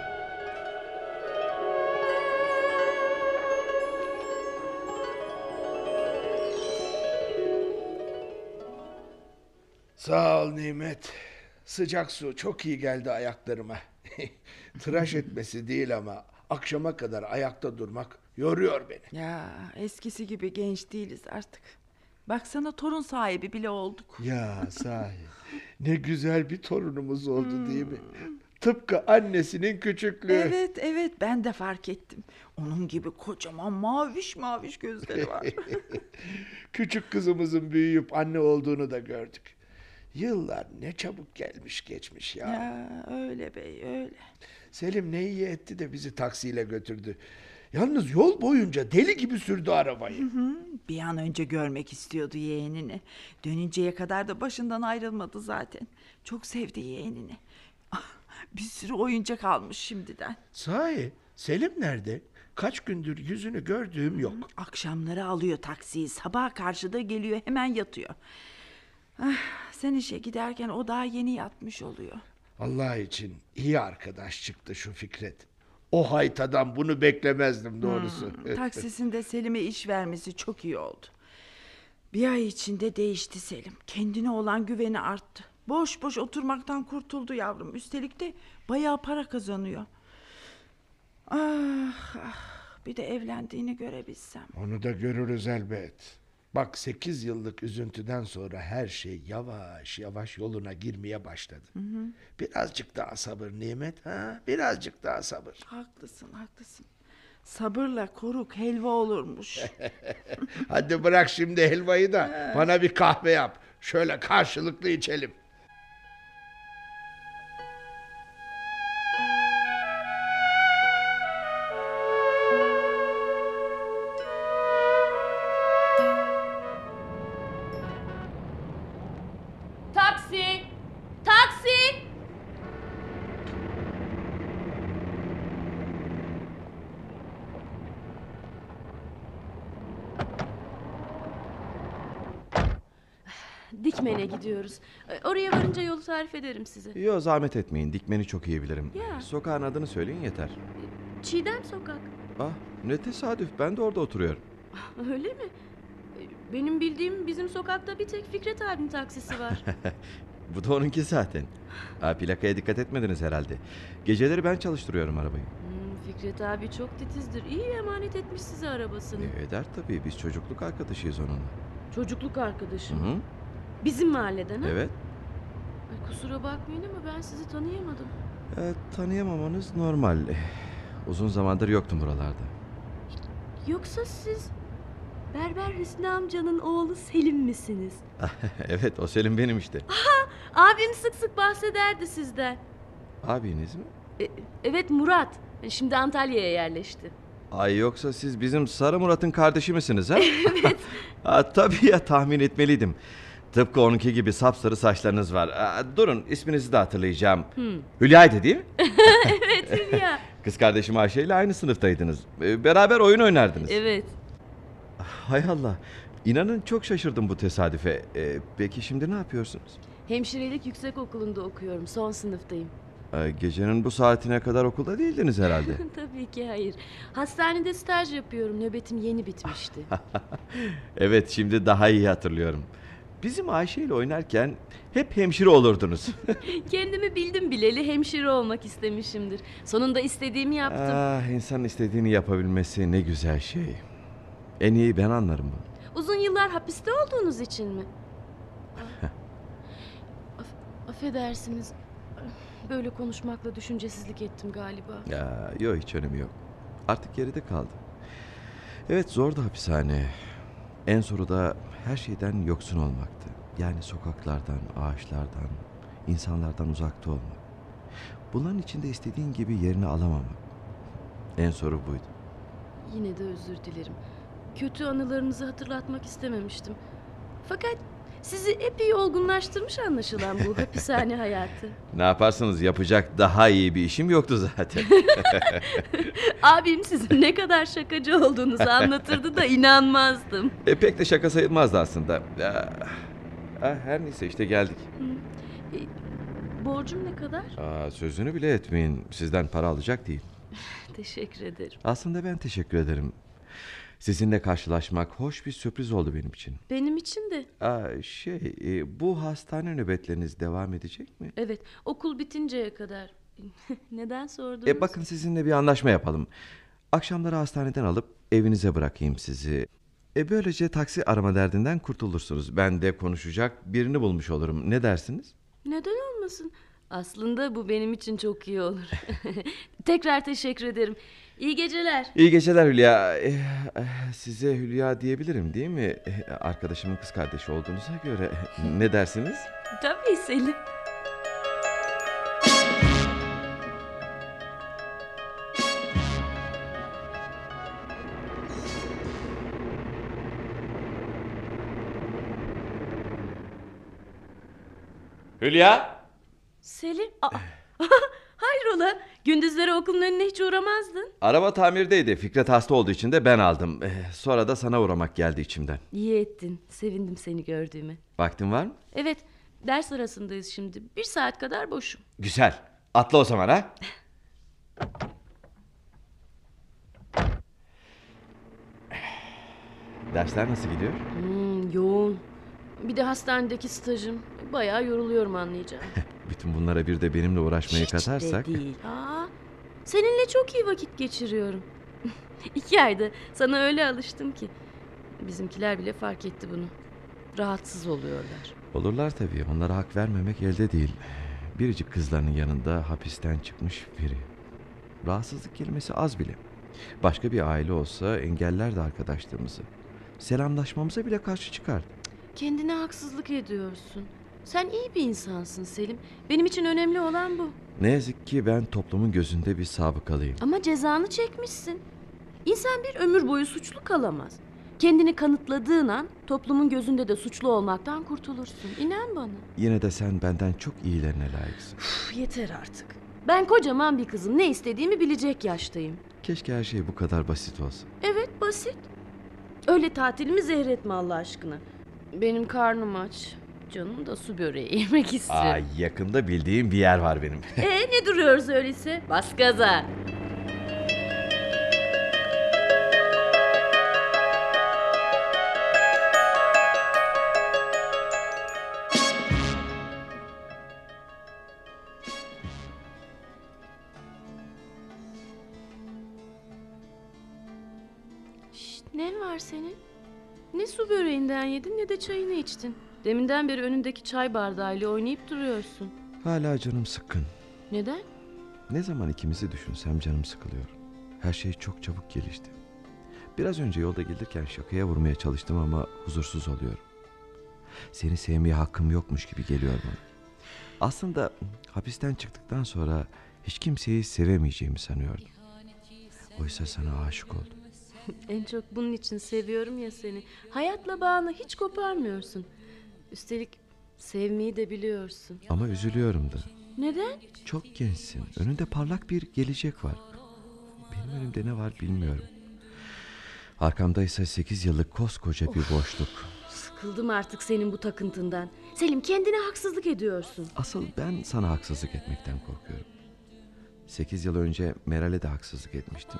Sağ ol Nimet. Sıcak su çok iyi geldi ayaklarıma. Tıraş etmesi değil ama akşama kadar ayakta durmak yoruyor beni. Ya eskisi gibi genç değiliz artık. Baksana, torun sahibi bile olduk. Ya sahi ne güzel bir torunumuz oldu değil mi? Tıpkı annesinin küçüklüğü. Evet, ben de fark ettim. Onun gibi kocaman maviş gözleri var. Küçük kızımızın büyüyüp anne olduğunu da gördük. Yıllar ne çabuk gelmiş geçmiş ya. Ya öyle bey, öyle. Selim ne iyi etti de bizi taksiyle götürdü. Yalnız yol boyunca deli gibi sürdü arabayı. Bir an önce görmek istiyordu yeğenini. Dönünceye kadar da başından ayrılmadı zaten. Çok sevdi yeğenini. Bir sürü oyuncak almış şimdiden. Sahi Selim nerede? Kaç gündür yüzünü gördüğüm yok. Akşamları alıyor taksiyi. Sabaha karşı da geliyor, hemen yatıyor. Sen işe giderken o daha yeni yatmış oluyor. Allah için iyi arkadaş çıktı şu Fikret. O haytadan bunu beklemezdim doğrusu. Taksisinde Selim'e iş vermesi çok iyi oldu. Bir ay içinde değişti Selim. Kendine olan güveni arttı. Boş boş oturmaktan kurtuldu yavrum. Üstelik de bayağı para kazanıyor. Bir de evlendiğini görebilsem. Onu da görürüz elbet. Bak 8 yıllık üzüntüden sonra her şey yavaş yavaş yoluna girmeye başladı. Birazcık daha sabır Nimet, ha? Birazcık daha sabır. Haklısın, haklısın. Sabırla koruk helva olurmuş. Hadi bırak şimdi helvayı da bana bir kahve yap. Şöyle karşılıklı içelim. Taksi! Taksi! Dikmen'e gidiyoruz. Oraya varınca yolu tarif ederim size. Yo, zahmet etmeyin, Dikmen'i çok iyi bilirim. Ya. Sokağın adını söyleyin yeter. Çiğdem Sokak. Ah, ne tesadüf, ben de orada oturuyorum. Öyle mi? Benim bildiğim bizim sokakta bir tek Fikret abinin taksisi var. Bu da onunki zaten. Plakaya dikkat etmediniz herhalde. Geceleri ben çalıştırıyorum arabayı. Fikret abi çok titizdir. İyi emanet etmiş size arabasını. Eder tabii, biz çocukluk arkadaşıyız onunla. Çocukluk arkadaşım. Hı? Bizim mahalleden ha? Evet. Ay, kusura bakmayın ama ben sizi tanıyamadım. Tanıyamamanız normal. Uzun zamandır yoktum buralarda. Yoksa siz Berber Hüsnü amcanın oğlu Selim misiniz? Evet, o Selim benim işte. Abim sık sık bahsederdi sizden. Abiniz mi? Evet, Murat. Şimdi Antalya'ya yerleşti. Ay, yoksa siz bizim Sarı Murat'ın kardeşi misiniz ha? Evet. Tabii ya, tahmin etmeliydim. Tıpkı onunki gibi sapsarı saçlarınız var. Durun, isminizi de hatırlayacağım. Hülya'ydı değil mi? Evet, Hülya. Kız kardeşim Ayşe ile aynı sınıftaydınız. Beraber oyun oynardınız. Evet. Hay Allah. İnanın çok şaşırdım bu tesadüfe. Peki şimdi ne yapıyorsunuz? Hemşirelik yüksekokulunda okuyorum. Son sınıftayım. Gecenin bu saatine kadar okulda değildiniz herhalde. Tabii ki hayır. Hastanede staj yapıyorum. Nöbetim yeni bitmişti. Evet, şimdi daha iyi hatırlıyorum. Bizim Ayşe ile oynarken hep hemşire olurdunuz. Kendimi bildim bileli hemşire olmak istemişimdir. Sonunda istediğimi yaptım. İnsanın istediğini yapabilmesi ne güzel şey. En iyi ben anlarım bunu. Uzun yıllar hapiste olduğunuz için mi? Affedersiniz. Böyle konuşmakla düşüncesizlik ettim galiba. Yok, hiç önemi yok. Artık geride kaldı. Evet, zordu hapishane. En zoru da her şeyden yoksun olmaktı. Yani sokaklardan, ağaçlardan, insanlardan uzakta olmak. Bunların içinde istediğin gibi yerini alamamak. En zoru buydu. Yine de özür dilerim. Kötü anılarınızı hatırlatmak istememiştim. Fakat sizi epey olgunlaştırmış anlaşılan bu hapishane hayatı. Ne yaparsınız, yapacak daha iyi bir işim yoktu zaten. Abim sizin ne kadar şakacı olduğunuzu anlatırdı da inanmazdım. Pek de şaka sayılmazdı aslında. Her neyse, işte geldik. Borcum ne kadar? Sözünü bile etmeyin. Sizden para alacak değil. Teşekkür ederim. Aslında ben teşekkür ederim. Sizinle karşılaşmak hoş bir sürpriz oldu benim için. Benim için de. Bu hastane nöbetleriniz devam edecek mi? Evet, okul bitinceye kadar. Neden sordunuz? Bakın, sizinle bir anlaşma yapalım. Akşamları hastaneden alıp evinize bırakayım sizi. Böylece taksi arama derdinden kurtulursunuz. Ben de konuşacak birini bulmuş olurum. Ne dersiniz? Neden olmasın? Aslında bu benim için çok iyi olur. Tekrar teşekkür ederim. İyi geceler. İyi geceler Hülya. Size Hülya diyebilirim değil mi? Arkadaşımın kız kardeşi olduğunuza göre. Ne dersiniz? Tabii Selim. Hülya! Selim? Hayrola? Gündüzleri okulun önüne hiç uğramazdın. Araba tamirdeydi. Fikret hasta olduğu için de ben aldım. Sonra da sana uğramak geldi içimden. İyi ettin. Sevindim seni gördüğüme. Vaktin var mı? Evet. Ders arasındayız şimdi. 1 saat kadar boşum. Güzel. Atla o zaman ha. Dersler nasıl gidiyor? Yoğun. Bir de hastanedeki stajım. Bayağı yoruluyorum anlayacağım. Bütün bunlara bir de benimle uğraşmaya Hiç katarsak. de değil. Seninle çok iyi vakit geçiriyorum. 2 ayda sana öyle alıştım ki. Bizimkiler bile fark etti bunu. Rahatsız oluyorlar. Olurlar tabii. Onlara hak vermemek elde değil. Biricik kızlarının yanında hapisten çıkmış biri. Rahatsızlık kelimesi az bile. Başka bir aile olsa engellerdi arkadaşlığımızı. Selamlaşmamıza bile karşı çıkardı. Kendine haksızlık ediyorsun. Sen iyi bir insansın Selim. Benim için önemli olan bu. Ne yazık ki ben toplumun gözünde bir sabıkalıyım. Ama cezanı çekmişsin. İnsan bir ömür boyu suçlu kalamaz. Kendini kanıtladığın an toplumun gözünde de suçlu olmaktan kurtulursun. İnan bana. Yine de sen benden çok iyilerine layıksın. Yeter artık. Ben kocaman bir kızım. Ne istediğimi bilecek yaştayım. Keşke her şey bu kadar basit olsa. Evet, basit. Öyle tatilimi zehretme Allah aşkına. Benim karnım aç. Canım da su böreği yemek istiyor. Yakında bildiğim bir yer var benim. Ne duruyoruz öyleyse? Bas gaza. Ne var senin? Ne su böreğinden yedin ne de çayını içtin. Deminden beri önündeki çay bardağıyla oynayıp duruyorsun. Hala canım sıkkın. Neden? Ne zaman ikimizi düşünsem canım sıkılıyor. Her şey çok çabuk gelişti. Biraz önce yolda gelirken şakaya vurmaya çalıştım ama huzursuz oluyorum. Seni sevmeye hakkım yokmuş gibi geliyor bana. Aslında hapisten çıktıktan sonra hiç kimseyi sevemeyeceğimi sanıyordum. Oysa sana aşık oldum. En çok bunun için seviyorum ya seni. Hayatla bağını hiç koparmıyorsun. Üstelik sevmeyi de biliyorsun. Ama üzülüyorum da. Neden? Çok gençsin. Önünde parlak bir gelecek var. Benim önümde ne var bilmiyorum. Arkamdaysa 8 yıllık koskoca bir boşluk. Sıkıldım artık senin bu takıntından. Selim, kendine haksızlık ediyorsun. Asıl ben sana haksızlık etmekten korkuyorum. 8 yıl önce Meral'e de haksızlık etmiştim.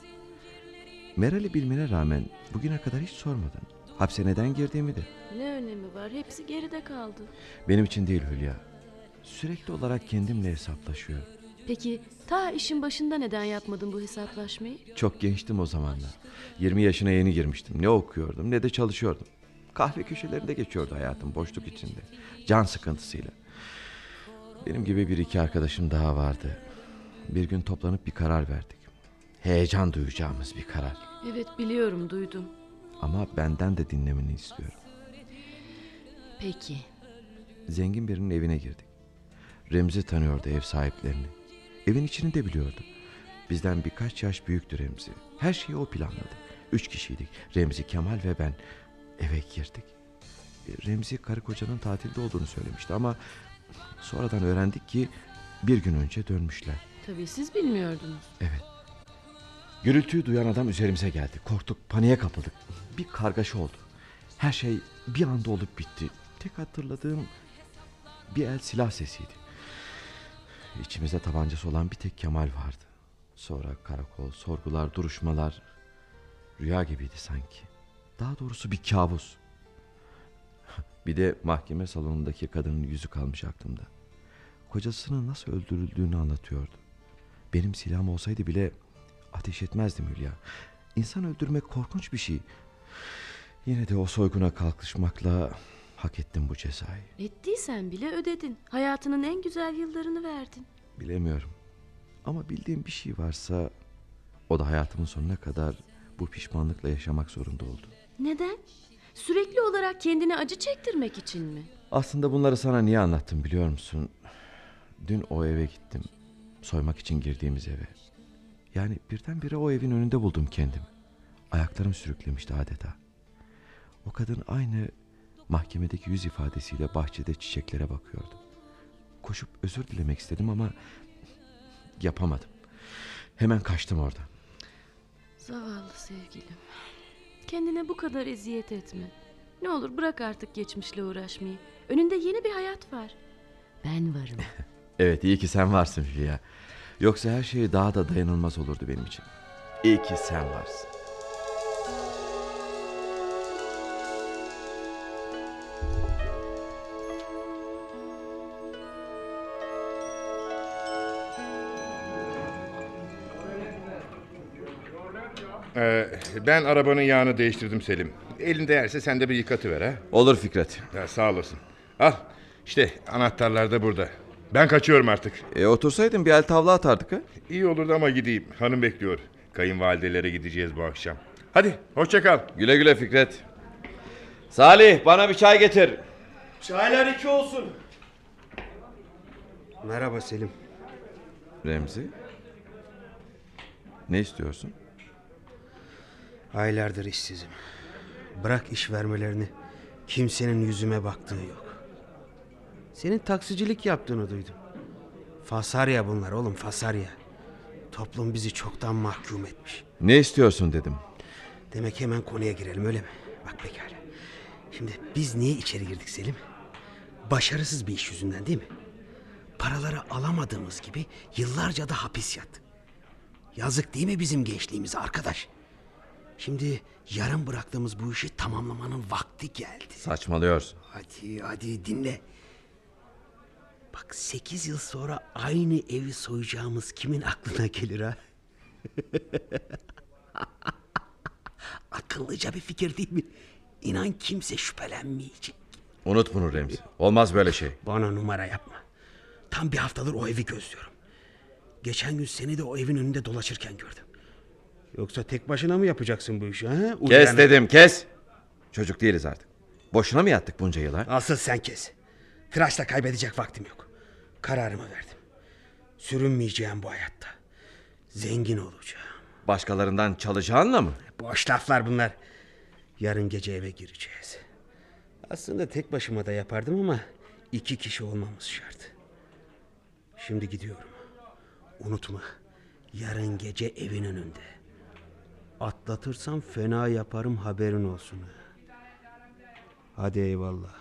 Meral'i bilmene rağmen bugüne kadar hiç sormadın. Hapse neden girdiğimi de. Ne önemi var? Hepsi geride kaldı. Benim için değil Hülya. Sürekli olarak kendimle hesaplaşıyorum. Peki ta işin başında neden yapmadın bu hesaplaşmayı? Çok gençtim o zamanlar. 20 yaşına yeni girmiştim. Ne okuyordum ne de çalışıyordum. Kahve köşelerinde geçiyordu hayatım boşluk içinde. Can sıkıntısıyla. Benim gibi bir iki arkadaşım daha vardı. Bir gün toplanıp bir karar verdik. Heyecan duyacağımız bir karar. Evet, biliyorum, duydum. Ama benden de dinlemeni istiyorum. Peki. Zengin birinin evine girdik. Remzi tanıyordu ev sahiplerini. Evin içini de biliyordu. Bizden birkaç yaş büyüktü Remzi. Her şeyi o planladı. 3 kişiydik. Remzi, Kemal ve ben. Eve girdik. Remzi karı kocanın tatilde olduğunu söylemişti ama sonradan öğrendik ki bir gün önce dönmüşler. Tabii siz bilmiyordunuz. Evet. Gürültüyü duyan adam üzerimize geldi. Korktuk, paniğe kapıldık. Bir kargaşa oldu. Her şey bir anda olup bitti. Tek hatırladığım bir el silah sesiydi. İçimizde tabancası olan bir tek Kemal vardı. Sonra karakol, sorgular, duruşmalar. Rüya gibiydi sanki. Daha doğrusu bir kabus. Bir de mahkeme salonundaki kadının yüzü kalmış aklımda. Kocasının nasıl öldürüldüğünü anlatıyordu. Benim silahım olsaydı bile ateş etmezdim Hülya. İnsan öldürmek korkunç bir şey. Yine de o soyguna kalkışmakla hak ettim bu cezayı. Ettiysen bile ödedin. Hayatının en güzel yıllarını verdin. Bilemiyorum. Ama bildiğim bir şey varsa o da hayatımın sonuna kadar bu pişmanlıkla yaşamak zorunda oldu. Neden? Sürekli olarak kendine acı çektirmek için mi? Aslında bunları sana niye anlattım biliyor musun? Dün o eve gittim. Soymak için girdiğimiz eve. Yani birdenbire o evin önünde buldum kendimi. Ayaklarım sürüklemişti adeta. O kadın aynı mahkemedeki yüz ifadesiyle bahçede çiçeklere bakıyordu. Koşup özür dilemek istedim ama yapamadım. Hemen kaçtım oradan. Zavallı sevgilim. Kendine bu kadar eziyet etme. Ne olur bırak artık geçmişle uğraşmayı. Önünde yeni bir hayat var. Ben varım. Evet, iyi ki sen varsın Hülya. Yoksa her şey daha da dayanılmaz olurdu benim için. İyi ki sen varsın. Ben arabanın yağını değiştirdim Selim. Elinde yerse sen de bir yıkatıver ha. Olur Fikret. Ya, sağ olasın. Al işte anahtarlar da burada. Ben kaçıyorum artık. Otursaydın bir el tavla atardık ha. İyi olurdu ama gideyim. Hanım bekliyor. Kayınvalidelere gideceğiz bu akşam. Hadi hoşça kal. Güle güle Fikret. Salih bana bir çay getir. Çaylar 2 olsun. Merhaba Selim. Remzi. Ne istiyorsun? Aylardır işsizim. Bırak iş vermelerini. Kimsenin yüzüme baktığı yok. Senin taksicilik yaptığını duydum. Fasarya bunlar oğlum, fasarya. Toplum bizi çoktan mahkum etmiş. Ne istiyorsun dedim. Demek hemen konuya girelim öyle mi? Bak pekala. Şimdi biz niye içeri girdik Selim? Başarısız bir iş yüzünden değil mi? Paraları alamadığımız gibi yıllarca da hapis yattık. Yazık değil mi bizim gençliğimize arkadaş? Şimdi yarım bıraktığımız bu işi tamamlamanın vakti geldi. Saçmalıyorsun. Hadi dinle. Bak 8 yıl sonra aynı evi soyacağımız kimin aklına gelir ha? Akıllıca bir fikir değil mi? İnan kimse şüphelenmeyecek. Unut bunu Remzi. Olmaz böyle şey. Bana numara yapma. Tam bir haftadır o evi gözlüyorum. Geçen gün seni de o evin önünde dolaşırken gördüm. Yoksa tek başına mı yapacaksın bu işi? Ha? Kes dedim, kes. Çocuk değiliz artık. Boşuna mı yattık bunca yıl ha? Asıl sen kes. Tıraşla kaybedecek vaktim yok. Kararımı verdim. Sürünmeyeceğim bu hayatta. Zengin olacağım. Başkalarından çalacağınla mı? Boş laflar bunlar. Yarın gece eve gireceğiz. Aslında tek başıma da yapardım ama 2 kişi olmamız şart. Şimdi gidiyorum. Unutma. Yarın gece evin önünde. Atlatırsam fena yaparım, haberin olsun. Hadi eyvallah.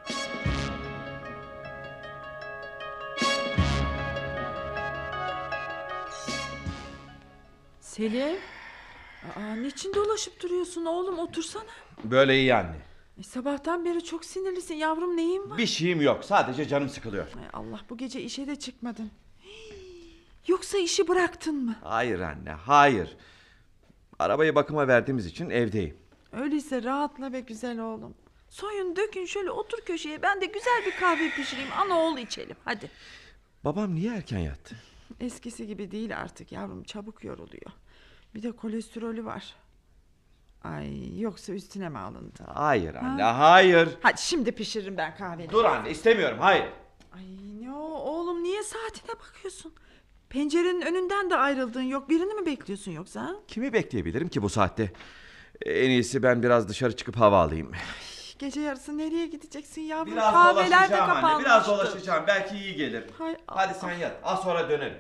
Selim. Niçin dolaşıp duruyorsun oğlum, otursana. Böyle iyi anne. Sabahtan beri çok sinirlisin yavrum, neyin var? Bir şeyim yok, sadece canım sıkılıyor. Ay Allah, bu gece işe de çıkmadın. Yoksa işi bıraktın mı? Hayır anne, hayır. Arabayı bakıma verdiğimiz için evdeyim. Öyleyse rahatla be güzel oğlum. Soyun dökün şöyle, otur köşeye, ben de güzel bir kahve pişireyim, ana oğul içelim hadi. Babam niye erken yattı? Eskisi gibi değil artık yavrum, çabuk yoruluyor. Bir de kolesterolü var. Ay, yoksa üstüne mi alındı? Hayır anne, hayır. Hadi şimdi pişiririm ben kahveni. Dur anne, istemiyorum, hayır. Ay ne o oğlum, niye saatine bakıyorsun? Pencerenin önünden de ayrıldığın yok, birini mi bekliyorsun yoksa? Ha? Kimi bekleyebilirim ki bu saatte? En iyisi ben biraz dışarı çıkıp hava alayım. Gece yarısı nereye gideceksin yavrum? Biraz Kahveler de dolaşacağım kapanmıştı. anne, biraz dolaşacağım, belki iyi gelir. Hay Hadi Allah. sen yat, az sonra dönerim.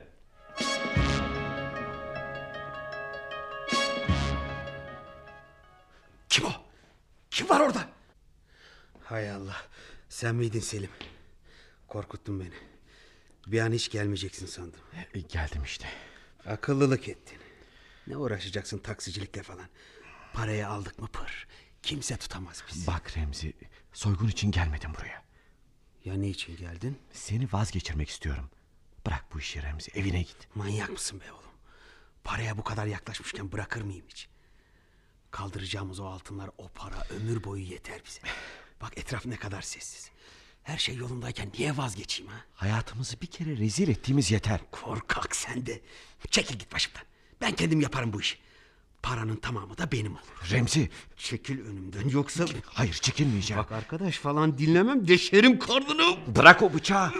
Kim o? Kim var orada? Hay Allah. Sen miydin Selim? Korkuttun beni. Bir an hiç gelmeyeceksin sandım. Geldim işte. Akıllılık ettin. Ne uğraşacaksın taksicilikle falan. Parayı aldık mı pır. Kimse tutamaz bizi. Bak Remzi, soygun için gelmedim buraya. Ya ne için geldin? Seni vazgeçirmek istiyorum. Bırak bu işi Remzi, evine git. Manyak mısın be oğlum? Paraya bu kadar yaklaşmışken bırakır mıyım hiç? Kaldıracağımız o altınlar, o para ömür boyu yeter bize. Bak etraf ne kadar sessiz. Her şey yolundayken niye vazgeçeyim ha? Hayatımızı bir kere rezil ettiğimiz yeter. Korkak sen de. Çekil git başımdan. Ben kendim yaparım bu işi. Paranın tamamı da benim olur. Remzi. Çekil önümden yoksa... Hayır, çekinmeyeceğim. Bak arkadaş falan dinlemem, deşerim karnını. Bırak o bıçağı.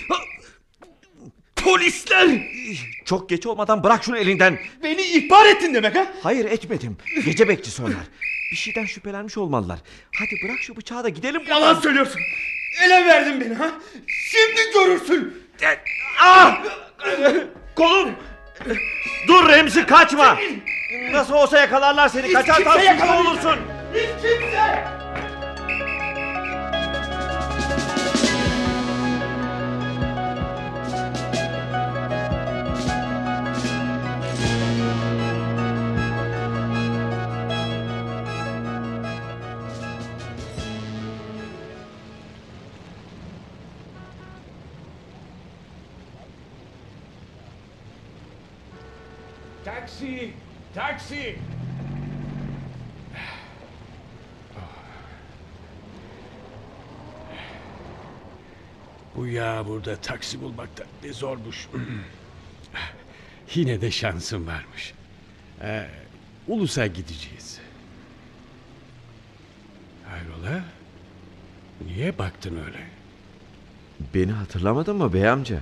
Polisler! Çok geç olmadan bırak şunu elinden. Beni ihbar ettin demek ha? Hayır, etmedim. Gece bekçisi onlar. Bir şeyden şüphelenmiş olmalılar. Hadi bırak şu bıçağı da gidelim. Yalan söylüyorsun. Ele verdin beni ha? Şimdi görürsün. Kolum. Dur Remzi, kaçma. Nasıl olsa yakalarlar seni. Hiç Kaçarsan kimse suçlu yakalamayacak. olursun. Hiç kimse. Taksi! Taksi! Bu yağmurda taksi bulmakta ne zormuş. Yine de şansım varmış. Ulus'a gideceğiz. Hayrola? Niye baktın öyle? Beni hatırlamadın mı bey amca?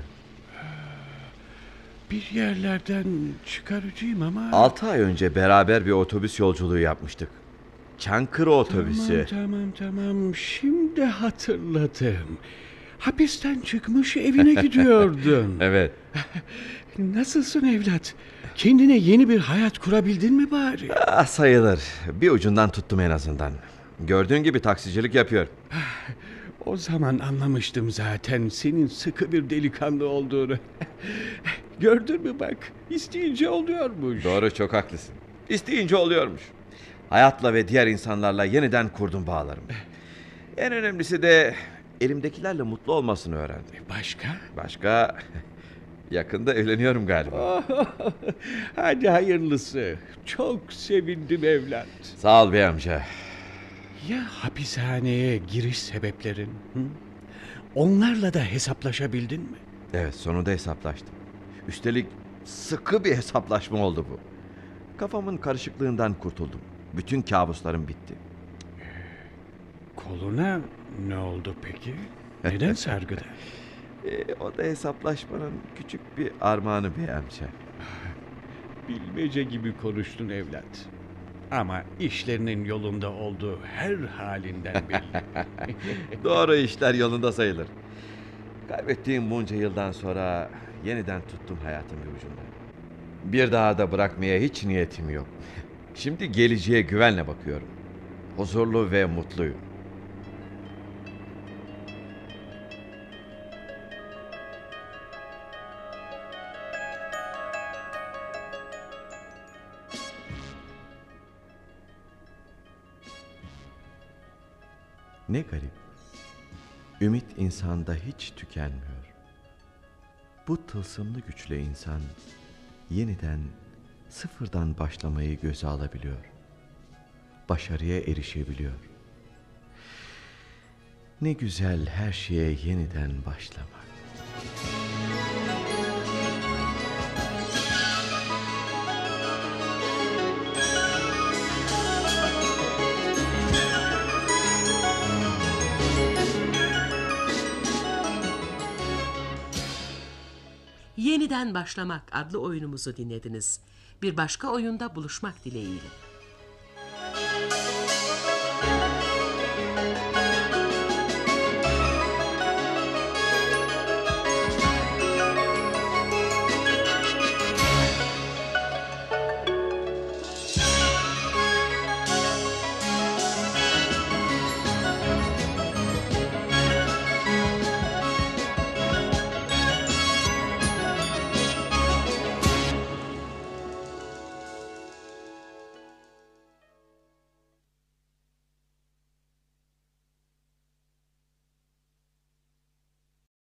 Bir yerlerden çıkaracağım ama... 6 ay önce beraber bir otobüs yolculuğu yapmıştık. Çankırı otobüsü. Tamam. Şimdi hatırladım. Hapisten çıkmış evine gidiyordun. Evet. Nasılsın evlat? Kendine yeni bir hayat kurabildin mi bari? Sayılır. Bir ucundan tuttum en azından. Gördüğün gibi taksicilik yapıyor. O zaman anlamıştım zaten senin sıkı bir delikanlı olduğunu. Gördün mü bak, isteyince oluyormuş. Doğru, çok haklısın. İsteyince oluyormuş. Hayatla ve diğer insanlarla yeniden kurdum bağlarımı. En önemlisi de elimdekilerle mutlu olmasını öğrendim. Başka? Yakında evleniyorum galiba. Hadi hayırlısı. Çok sevindim evlat. Sağ ol bey amca. Ya hapishaneye giriş sebeplerin? Hı? Onlarla da hesaplaşabildin mi? Evet, sonunda hesaplaştım. Üstelik sıkı bir hesaplaşma oldu bu. Kafamın karışıklığından kurtuldum. Bütün kabuslarım bitti. Koluna ne oldu peki? Neden sargıda? O da hesaplaşmanın küçük bir armağanı bey amca. Bilmece gibi konuştun evlat. Ama işlerinin yolunda olduğu her halinden belli. Doğru, işler yolunda sayılır. Kaybettiğim bunca yıldan sonra yeniden tuttum hayatın bir ucunda. Bir daha da bırakmaya hiç niyetim yok. Şimdi geleceğe güvenle bakıyorum. Huzurlu ve mutluyum. Ne garip. Ümit insanda hiç tükenmiyor. Bu tılsımlı güçle insan yeniden sıfırdan başlamayı göze alabiliyor. Başarıya erişebiliyor. Ne güzel her şeye yeniden başlamak. Yeniden Başlamak adlı oyunumuzu dinlediniz. Bir başka oyunda buluşmak dileğiyle.